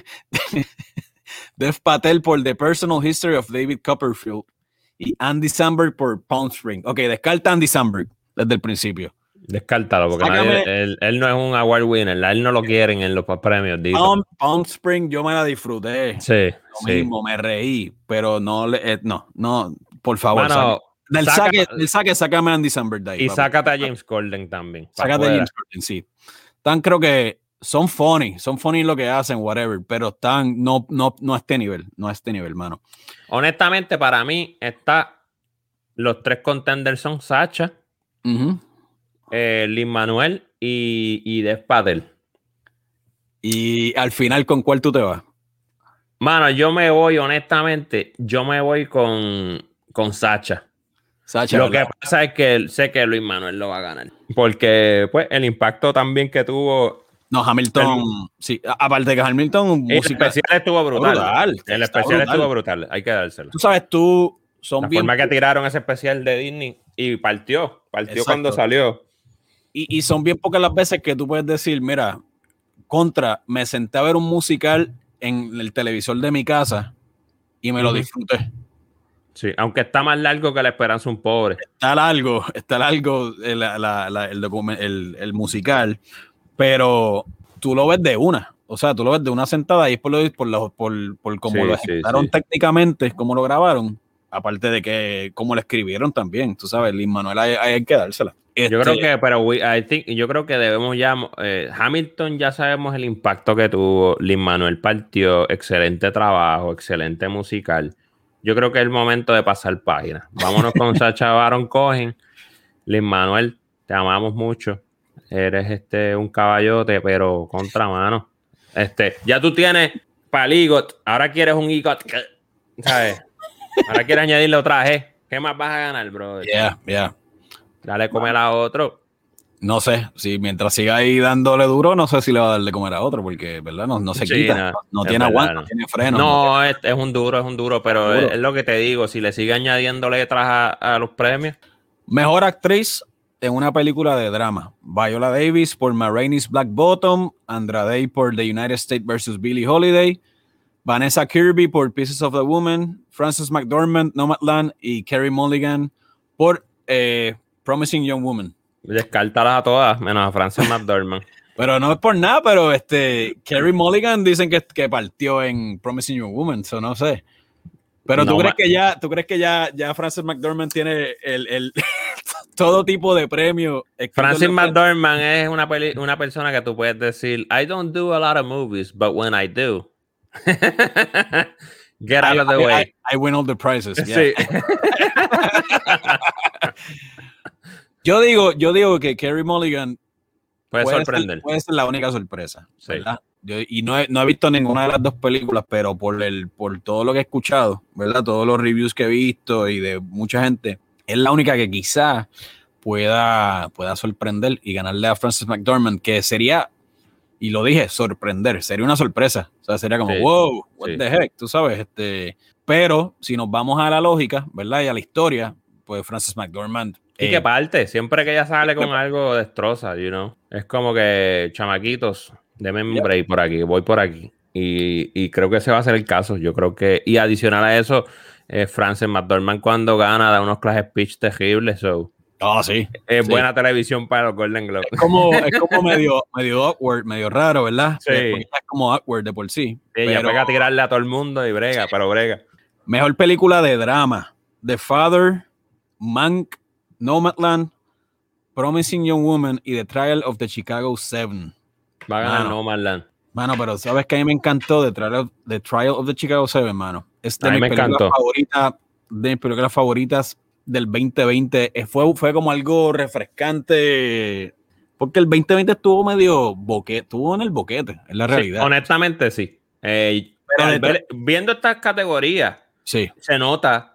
Dev Patel por The Personal History of David Copperfield. Y Andy Samberg por Palm Springs. Ok, descarta Andy Samberg desde el principio. Descártalo, porque nadie, él, él no es un award winner. Él no lo quieren en los premios. Palm, Palm Springs yo me la disfruté. Sí, Lo sí. mismo, me reí, pero no, eh, no, no, por favor. Bueno, del, saca, saque, del saque, sácame a Andy Samberg de ahí. Y papi. Sácate a James Corden también. Sácate a James Corden, sí. Están, creo que son funny, son funny lo que hacen, whatever, pero están, no, no, no a este nivel, no a este nivel, mano. Honestamente, para mí, está, los tres contenders son Sacha, uh-huh. eh, Lin-Manuel y, y Dev Patel. Y al final, ¿con cuál tú te vas? Mano, yo me voy, honestamente, yo me voy con, con Sacha. Sacha, lo ¿verdad? que pasa es que sé que Lin-Manuel lo va a ganar. Porque, pues, el impacto también que tuvo. No, Hamilton, el, sí. Aparte de que Hamilton. El música, especial estuvo brutal. brutal el especial brutal. estuvo brutal. Hay que dárselo. Tú sabes, tú. Son La bien forma que tiraron ese especial de Disney y partió. Partió Exacto. Cuando salió. Y, y son bien pocas las veces que tú puedes decir, mira, contra, me senté a ver un musical en el televisor de mi casa y me uh-huh. lo disfruté. Sí, aunque está más largo que La Esperanza un Pobre. Está largo, está largo el, la, la, el, el, el musical, pero tú lo ves de una. O sea, tú lo ves de una sentada y es por, lo, por, lo, por, por cómo sí, lo ejecutaron sí, sí. técnicamente, cómo lo grabaron. aparte de que cómo la escribieron también, tú sabes, Lin-Manuel hay, hay que dársela. Este, yo creo que, pero we, I think, yo creo que debemos ya, eh, Hamilton ya sabemos el impacto que tuvo, Lin-Manuel partió, excelente trabajo, excelente musical. Yo creo que es el momento de pasar página. Vámonos con Sacha Baron Cohen. Lin-Manuel, te amamos mucho. Eres este un caballote, pero contramano. Este, ya tú tienes para el EGOT, ahora quieres un EGOT, ¿sabes? Ahora quieres añadirle otra G. ¿Qué más vas a ganar, bro? Yeah, yeah. Dale comer a otro. No sé, si mientras siga ahí dándole duro, no sé si le va a dar de comer a otro, porque, ¿verdad? No, no se sí, quita, no, no tiene aguante, no. no tiene freno. No, no tiene... Es, es un duro, es un duro, pero es, duro. es lo que te digo, si le sigue añadiendo letras a, a los premios. Mejor actriz en una película de drama. Viola Davis por Ma Rainey's Black Bottom, Andra Day por The United States versus Billie Holiday, Vanessa Kirby por Pieces of the Woman, Frances McDormand, Nomadland y Carey Mulligan por eh, Promising Young Woman. Descártalas a todas, menos a Frances McDormand. Pero no es por nada, pero este Carey Mulligan dicen que, que partió en Promising Young Woman, so no sé. Pero no, tú crees que ya, tú crees que ya, ya Frances McDormand tiene el, el todo tipo de premios. Frances McDormand es una, peli, una persona que tú puedes decir, I don't do a lot of movies, but when I do, get out I, of the I, way. I, I win all the prizes. Yeah. Sí. yo digo, yo digo que Carey Mulligan puede, puede sorprender. Ser, puede ser la única sorpresa, sí. ¿verdad? Yo, y no he, no he visto ninguna de las dos películas, pero por el por todo lo que he escuchado, ¿verdad? Todos los reviews que he visto y de mucha gente, es la única que quizás pueda, pueda sorprender y ganarle a Frances McDormand, que sería, y lo dije, sorprender, sería una sorpresa. O sea, sería como, sí, wow, what sí. the heck, tú sabes. Este, pero si nos vamos a la lógica, ¿verdad? Y a la historia, pues Frances McDormand. Y eh, que parte, siempre que ella sale con algo destroza, you know. Es como que, chamaquitos, denme un break por aquí, voy por aquí. Y, y creo que ese va a ser el caso. Yo creo que, y adicional a eso, eh, Frances McDormand cuando gana da unos class speech terribles. So, oh, sí. Es sí. buena televisión para los Golden Globes. Es como, es como medio, medio awkward, medio raro, ¿verdad? Sí. Es como awkward de por sí. Ella pero... pega a tirarle a todo el mundo y brega, sí. pero brega. Mejor película de drama. The Father, Mank, Nomadland, Promising Young Woman y The Trial of the Chicago Seven. Va a ganar Nomadland. Mano, pero ¿sabes que a mí me encantó The Trial of, the, Trial of the Chicago Seven, mano? Es de a mí mis me encantó. Favoritas, de mis películas favoritas del veinte veinte. Fue, fue como algo refrescante, porque el veinte veinte estuvo medio boquete, estuvo en el boquete, en la realidad. Sí, honestamente, sí. Eh, pero ver, viendo estas categorías, sí. se nota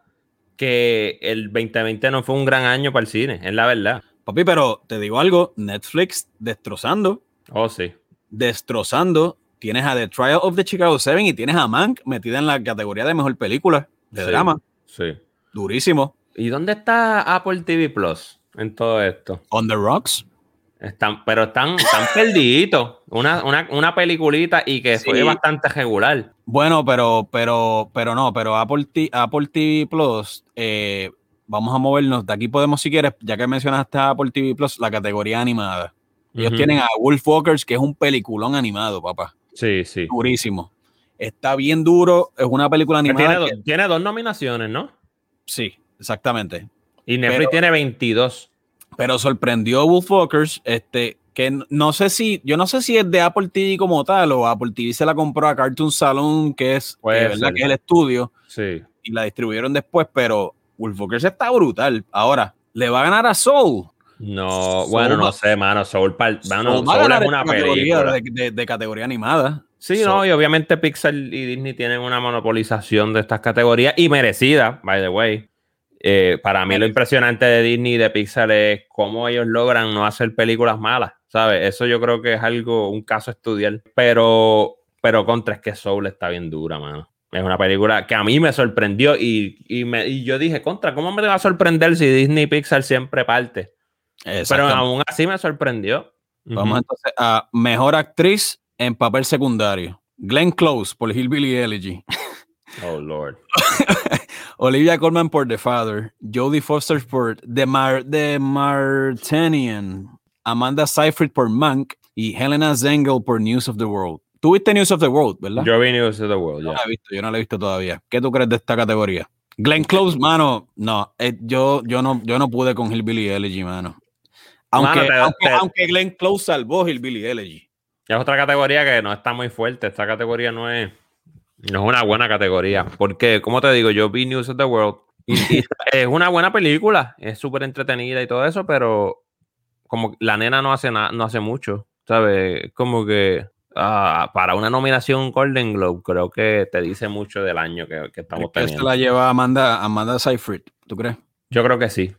que el veinte veinte no fue un gran año para el cine, es la verdad. Papi, pero te digo algo, Netflix destrozando. Oh, sí. Destrozando. Tienes a The Trial of the Chicago Seven y tienes a Mank metida en la categoría de mejor película de sí, drama. Sí. Durísimo. ¿Y dónde está Apple T V Plus en todo esto? On the Rocks. Están, pero están, están perdiditos. Una, una, una peliculita y que sí. fue bastante regular. Bueno, pero, pero, pero no, pero Apple, T- Apple T V Plus, eh, vamos a movernos. De aquí podemos, si quieres, ya que mencionaste a Apple T V Plus, la categoría animada. Ellos uh-huh. tienen a Wolfwalkers, que es un peliculón animado, papá. Sí, sí. Durísimo. Está bien duro, es una película animada. Tiene, que... do- tiene dos nominaciones, ¿no? Sí, exactamente. Y Netflix pero, tiene veintidós. Pero sorprendió Wolfwalkers, este, que no sé si, yo no sé si es de Apple T V como tal, o Apple T V se la compró a Cartoon Saloon, que es, que, ¿verdad? que es el estudio. Sí. Y la distribuyeron después, pero Wolfwalkers está brutal. Ahora, ¿le va a ganar a Soul? No, Soul bueno, va, no sé, mano. Soul, mano, Soul, va Soul a es una película. De, de, de categoría animada. Sí, Soul. No, y obviamente Pixar y Disney tienen una monopolización de estas categorías y merecida, by the way. Eh, para mí lo impresionante de Disney y de Pixar es cómo ellos logran no hacer películas malas, ¿sabes? Eso yo creo que es algo, un caso a estudiar. Pero, pero contra es que Soul está bien dura, mano. Es una película que a mí me sorprendió y, y, me, y yo dije, contra, ¿cómo me va a sorprender si Disney y Pixar siempre parte? Pero aún así me sorprendió. Vamos uh-huh. entonces a Mejor Actriz en Papel Secundario. Glenn Close por Hillbilly Elegy. Oh, Lord. Olivia Colman por The Father, Jodie Foster por The, Mar- The Martinian, Amanda Seyfried por Mank y Helena Zengel por News of the World. ¿Tú viste News of the World, verdad? Yo vi News of the World, ya. No la he visto, yo no la he visto todavía. ¿Qué tú crees de esta categoría? Glenn Close, mano, no, eh, yo, yo no, yo no pude con Hillbilly Elegy, mano. Aunque, mano, te, aunque, te, aunque Glenn Close salvó Hillbilly Elegy. Es otra categoría que no está muy fuerte. Esta categoría no es, no es una buena categoría. Porque, como te digo, yo vi News of the World y, y es una buena película, es súper entretenida y todo eso, pero como la nena no hace nada, no hace mucho, ¿sabes? Como que uh, para una nominación Golden Globe, creo que te dice mucho del año que, que estamos que teniendo. se la lleva Amanda, Amanda Seyfried, ¿tú crees? Yo creo que sí.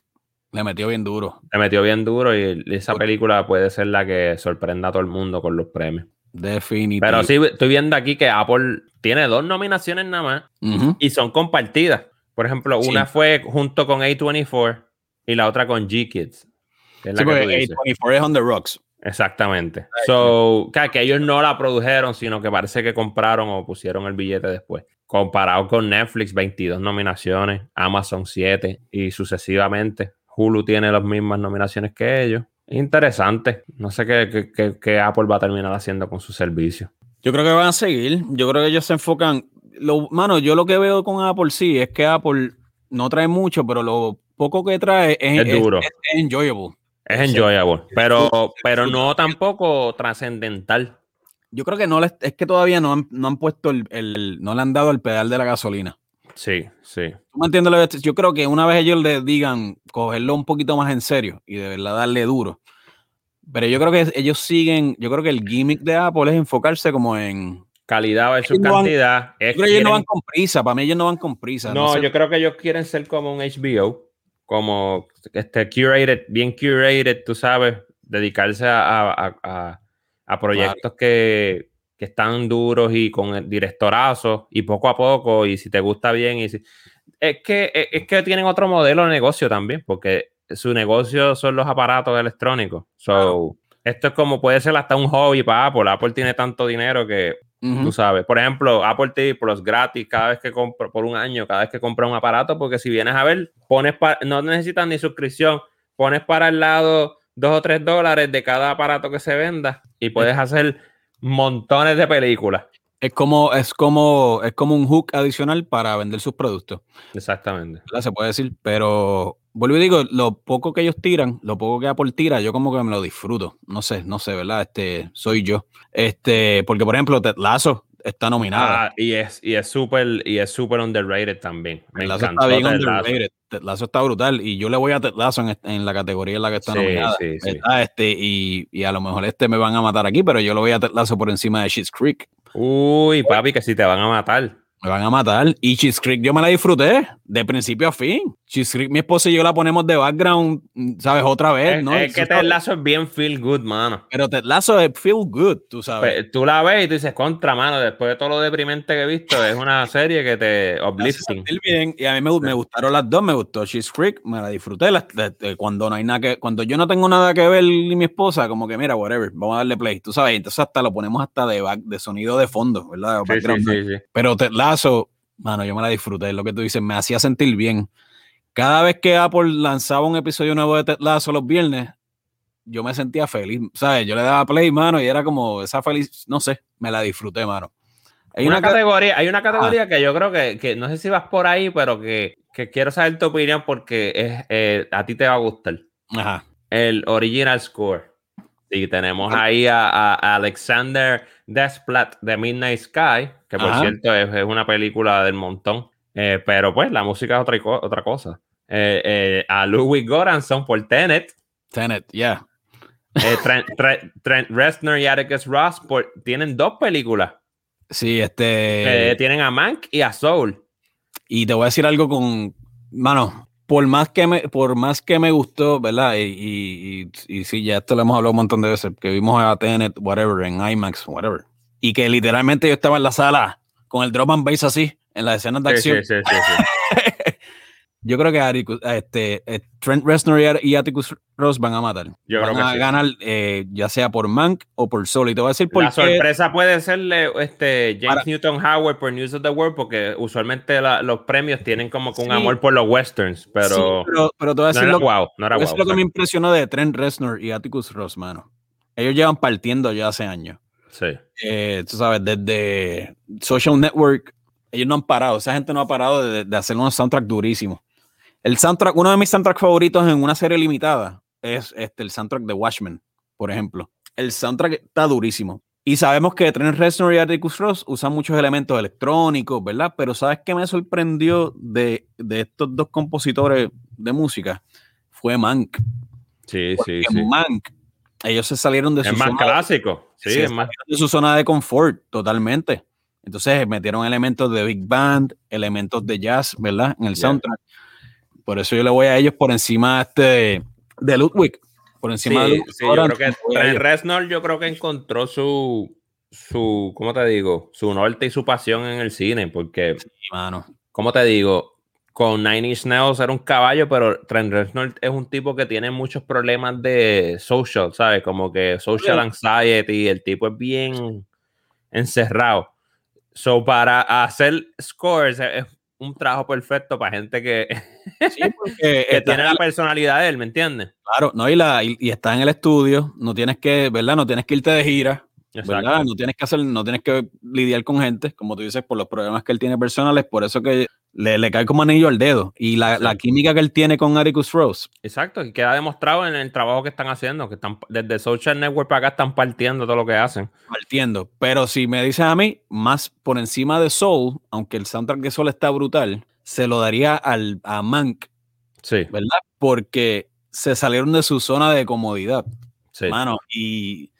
Le metió bien duro. Le metió bien duro y esa película puede ser la que sorprenda a todo el mundo con los premios. Definitivo. Pero sí, estoy viendo aquí que Apple tiene dos nominaciones nada más uh-huh. y son compartidas. Por ejemplo, sí. una fue junto con A veinticuatro y la otra con G-Kids. Es sí, porque A veinticuatro es On the Rocks. Exactamente. Right. So, que, que ellos no la produjeron, sino que parece que compraron o pusieron el billete después. Comparado con Netflix, veintidós nominaciones, Amazon siete y sucesivamente. Hulu tiene las mismas nominaciones que ellos. Interesante. No sé qué, qué, qué Apple va a terminar haciendo con su servicio. Yo creo que van a seguir. Yo creo que ellos se enfocan... Lo, mano, yo lo que veo con Apple sí es que Apple no trae mucho, pero lo poco que trae es, es duro. Es, es enjoyable. Es enjoyable, pero, pero no tampoco trascendental. Yo creo que no les, es que todavía no han, no han puesto el, el, no le han dado el pedal de la gasolina. Sí, sí. ¿Tú me entiendes? Yo creo que una vez ellos les digan cogerlo un poquito más en serio y de verdad darle duro. Pero yo creo que ellos siguen, yo creo que el gimmick de Apple es enfocarse como en calidad versus cantidad. Van, yo creo que ellos no van con prisa, para mí ellos no van con prisa. No, no sé. Yo creo que ellos quieren ser como un H B O, como este curated, bien curated, tú sabes, dedicarse a, a, a, a proyectos claro. que, que están duros y con directorazos y poco a poco, y si te gusta bien, y si... es que es que tienen otro modelo de negocio también, porque su negocio son los aparatos electrónicos. So, claro. Esto es como puede ser hasta un hobby para Apple. Apple tiene tanto dinero que uh-huh. tú sabes. Por ejemplo, Apple T V Plus gratis cada vez que compro, por un año, cada vez que compras un aparato, porque si vienes a ver, pones pa, no necesitas ni suscripción, pones para el lado dos o tres dólares de cada aparato que se venda y puedes uh-huh. hacer montones de películas. Es como, es como, es como un hook adicional para vender sus productos. Exactamente. ¿Verdad? Se puede decir, pero vuelvo y digo, lo poco que ellos tiran, lo poco que Apple tira, yo como que me lo disfruto. No sé, no sé, ¿verdad? Este, soy yo. Este, porque por ejemplo, Ted Lasso está nominada. Ah, y es, y es súper, y es súper underrated también. Me Ted Lasso encantó está bien Ted underrated. Lasso. Ted Lasso está brutal. Y yo le voy a Ted Lasso en, en la categoría en la que está sí, nominada. Sí, sí. Este, y, y a lo mejor este me van a matar aquí, pero yo lo voy a Ted Lasso por encima de Schitt's Creek. Uy, papi, que si te van a matar. Me van a matar. Y Schitt's Creek yo me la disfruté de principio a fin. Schitt's Creek, mi esposa y yo la ponemos de background, ¿sabes? Otra vez, es, ¿no? Es que Ted Lasso es bien feel good, mano. Pero Ted Lasso es feel good, tú sabes. Pues, tú la ves y tú dices, contra, mano, después de todo lo deprimente que he visto, es una serie que te uplifting. Bien. Y a mí me, sí. me gustaron las dos, me gustó Schitt's Creek, me la disfruté. La, la, la, cuando no hay nada que, cuando yo no tengo nada que ver y mi esposa, como que mira, whatever, vamos a darle play, tú sabes. Entonces hasta lo ponemos hasta de, back, de sonido de fondo, ¿verdad? Sí, sí, sí, sí. Pero Ted Lasso, mano, yo me la disfruté, lo que tú dices, me hacía sentir bien. Cada vez que Apple lanzaba un episodio nuevo de Ted Lasso los viernes, yo me sentía feliz, ¿sabes? Yo le daba play, mano, y era como esa feliz, no sé, me la disfruté, mano. Hay una, una categoría, hay una categoría ah. que yo creo que, que, no sé si vas por ahí, pero que, que quiero saber tu opinión porque es, eh, a ti te va a gustar. Ajá. El original score. Y tenemos ahí a, a Alexander Desplat de Midnight Sky, que por Ajá. cierto es, es una película del montón. Eh, pero pues la música es otra, otra cosa. Eh, eh, a Ludwig Göransson por Tenet. Tenet, yeah. Eh, Trent, Trent, Trent Reznor y Atticus Ross por, tienen dos películas. Sí, este... Eh, tienen a Mank y a Soul. Y te voy a decir algo con... Mano, por más que me, por más que me gustó, ¿verdad? Y, y, y, y sí, ya esto lo hemos hablado un montón de veces, que vimos a Tenet, whatever, en IMAX, whatever. Y que literalmente yo estaba en la sala con el drum and bass así, en las escenas de acción. Sí, sí, sí, sí, sí. Yo creo que Atticus, este, Trent Reznor y Atticus Ross van a matar. Yo van creo que a sí. ganar, eh, ya sea por Mank o por Soul. Y te voy a decir por La qué. sorpresa puede serle este, James Para... Newton Howard por News of the World, porque usualmente la, los premios tienen como que un sí. amor por los westerns, pero, sí, pero, pero te voy a decir no lo, wow, no era wow, wow, lo que me impresionó de Trent Reznor y Atticus Ross, mano. Ellos llevan partiendo ya hace años. Sí. Eh, tú sabes, desde Social Network ellos no han parado, esa gente no ha parado de, de hacer unos soundtracks durísimos. El soundtrack, uno de mis soundtracks favoritos en una serie limitada es este, el soundtrack de Watchmen, por ejemplo. El soundtrack está durísimo. Y sabemos que Trent Reznor y Atticus Ross usan muchos elementos electrónicos, ¿verdad? Pero ¿sabes qué me sorprendió de, de estos dos compositores de música? Fue Mank. Sí, Porque sí, sí. Mank, ellos se salieron de es su más zona clásico. de, Sí, se es más de su zona de confort, totalmente. Entonces metieron elementos de Big Band, elementos de jazz, ¿verdad? En el yeah. soundtrack. Por eso yo le voy a ellos por encima este, de Ludwig. Por encima sí, de Ludwig sí, yo creo que Trent Reznor yo creo que encontró su, su, ¿cómo te digo? Su norte y su pasión en el cine, porque, sí, mano. ¿cómo te digo? Con Nine Inch Nails era un caballo, pero Trent Reznor es un tipo que tiene muchos problemas de social, ¿sabes? Como que social anxiety, el tipo es bien encerrado. So, para hacer scores es un trabajo perfecto para gente que, sí, porque que tiene la personalidad de él, ¿me entiendes? Claro, no, y, la, y, y está en el estudio, no tienes que, ¿verdad? No tienes que irte de gira, ¿verdad? Exacto. No tienes que hacer, no tienes que lidiar con gente, como tú dices, por los problemas que él tiene personales, por eso que le, le cae como anillo al dedo. Y la, la química que él tiene con Atticus Ross. Exacto, y queda demostrado en el trabajo que están haciendo, que están desde Social Network para acá están partiendo todo lo que hacen. Partiendo, pero si me dices a mí, más por encima de Soul, aunque el soundtrack de Soul está brutal, se lo daría al, a Mank, sí. ¿verdad? Porque se salieron de su zona de comodidad, sí. mano, y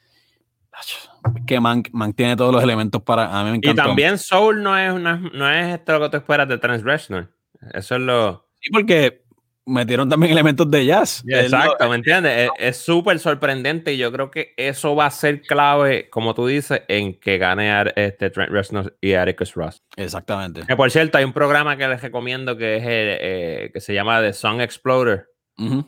que Mank, Mank tiene todos los elementos para, a mí me encanta. Y también Soul no es una, no es esto lo que tú esperas de Trent Reznor. Eso es lo... Sí, porque metieron también elementos de jazz. Yeah, exacto, ¿me entiendes? Es súper sorprendente y yo creo que eso va a ser clave, como tú dices, en que gane este Trent Reznor y Atticus Ross. Exactamente. Que por cierto, hay un programa que les recomiendo que es el, eh, que se llama The Song Exploder uh-huh.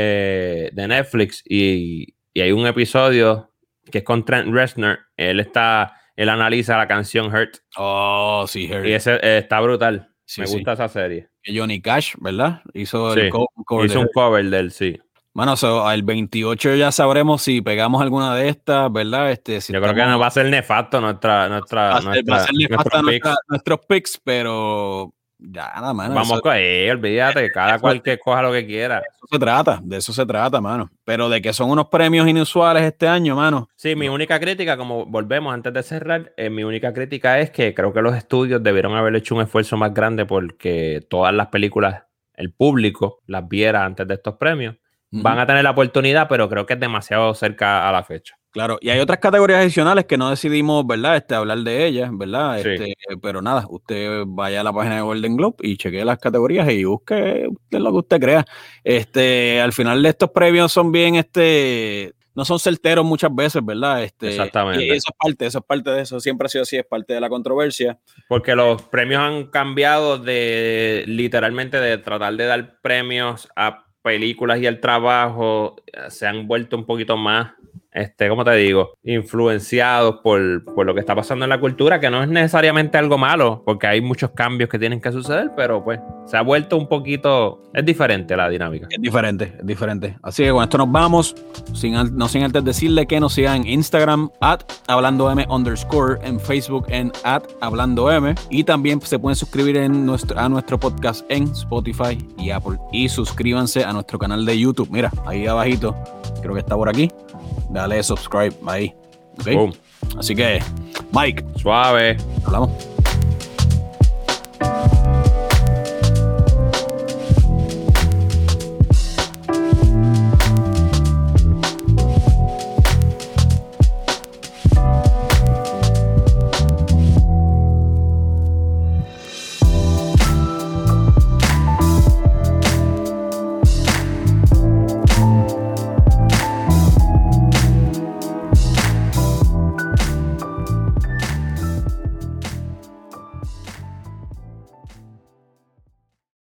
de, de Netflix y, y hay un episodio que es con Trent Reznor. Él está, él analiza la canción Hurt. Oh, sí, Hurt. Y ese eh, está brutal. Sí, Me sí. gusta esa serie. Johnny Cash, ¿verdad? Hizo sí. el co- cover. Hizo un cover de él, sí. Bueno, so, el veintiocho ya sabremos si pegamos alguna de estas, ¿verdad? Este, si Yo creo estamos... que no va a ser nefasto nuestra, nuestra, va a ser, nuestra, va a ser nefasta nuestros, nuestra, picks. nuestros picks, pero ya nada, mano. Vamos con él, olvídate, cada eso, cual que coja lo que quiera. De eso se trata, de eso se trata, mano. Pero de que son unos premios inusuales este año, mano. Sí, mi única crítica, como volvemos antes de cerrar, eh, mi única crítica es que creo que los estudios debieron haber hecho un esfuerzo más grande porque todas las películas, el público las viera antes de estos premios. Uh-huh. Van a tener la oportunidad, pero creo que es demasiado cerca a la fecha. Claro, y hay otras categorías adicionales que no decidimos, ¿verdad? Este, hablar de ellas, ¿verdad? Sí. Este, pero nada, usted vaya a la página de Golden Globe y chequee las categorías y busque usted lo que usted crea. Este, al final de estos premios son bien, este, no son certeros muchas veces, ¿verdad? Este, Exactamente. Y eso es parte, eso es parte de eso, siempre ha sido así, es parte de la controversia. Porque los premios han cambiado de, literalmente, de tratar de dar premios a películas y el trabajo, se han vuelto un poquito más, este, ¿cómo te digo? Influenciados por, por lo que está pasando en la cultura, que no es necesariamente algo malo, porque hay muchos cambios que tienen que suceder, pero pues se ha vuelto un poquito, es diferente la dinámica. Es diferente, es diferente. Así que con esto nos vamos, sin, no sin antes decirle que nos sigan en Instagram, at hablandom underscore, en Facebook en at hablandom, y también se pueden suscribir en nuestro, a nuestro podcast en Spotify y Apple, y suscríbanse a nuestro canal de YouTube, mira, ahí abajito, creo que está por aquí, dale subscribe ahí, ¿ok? Boom. Así que, Mike, suave, hablamos.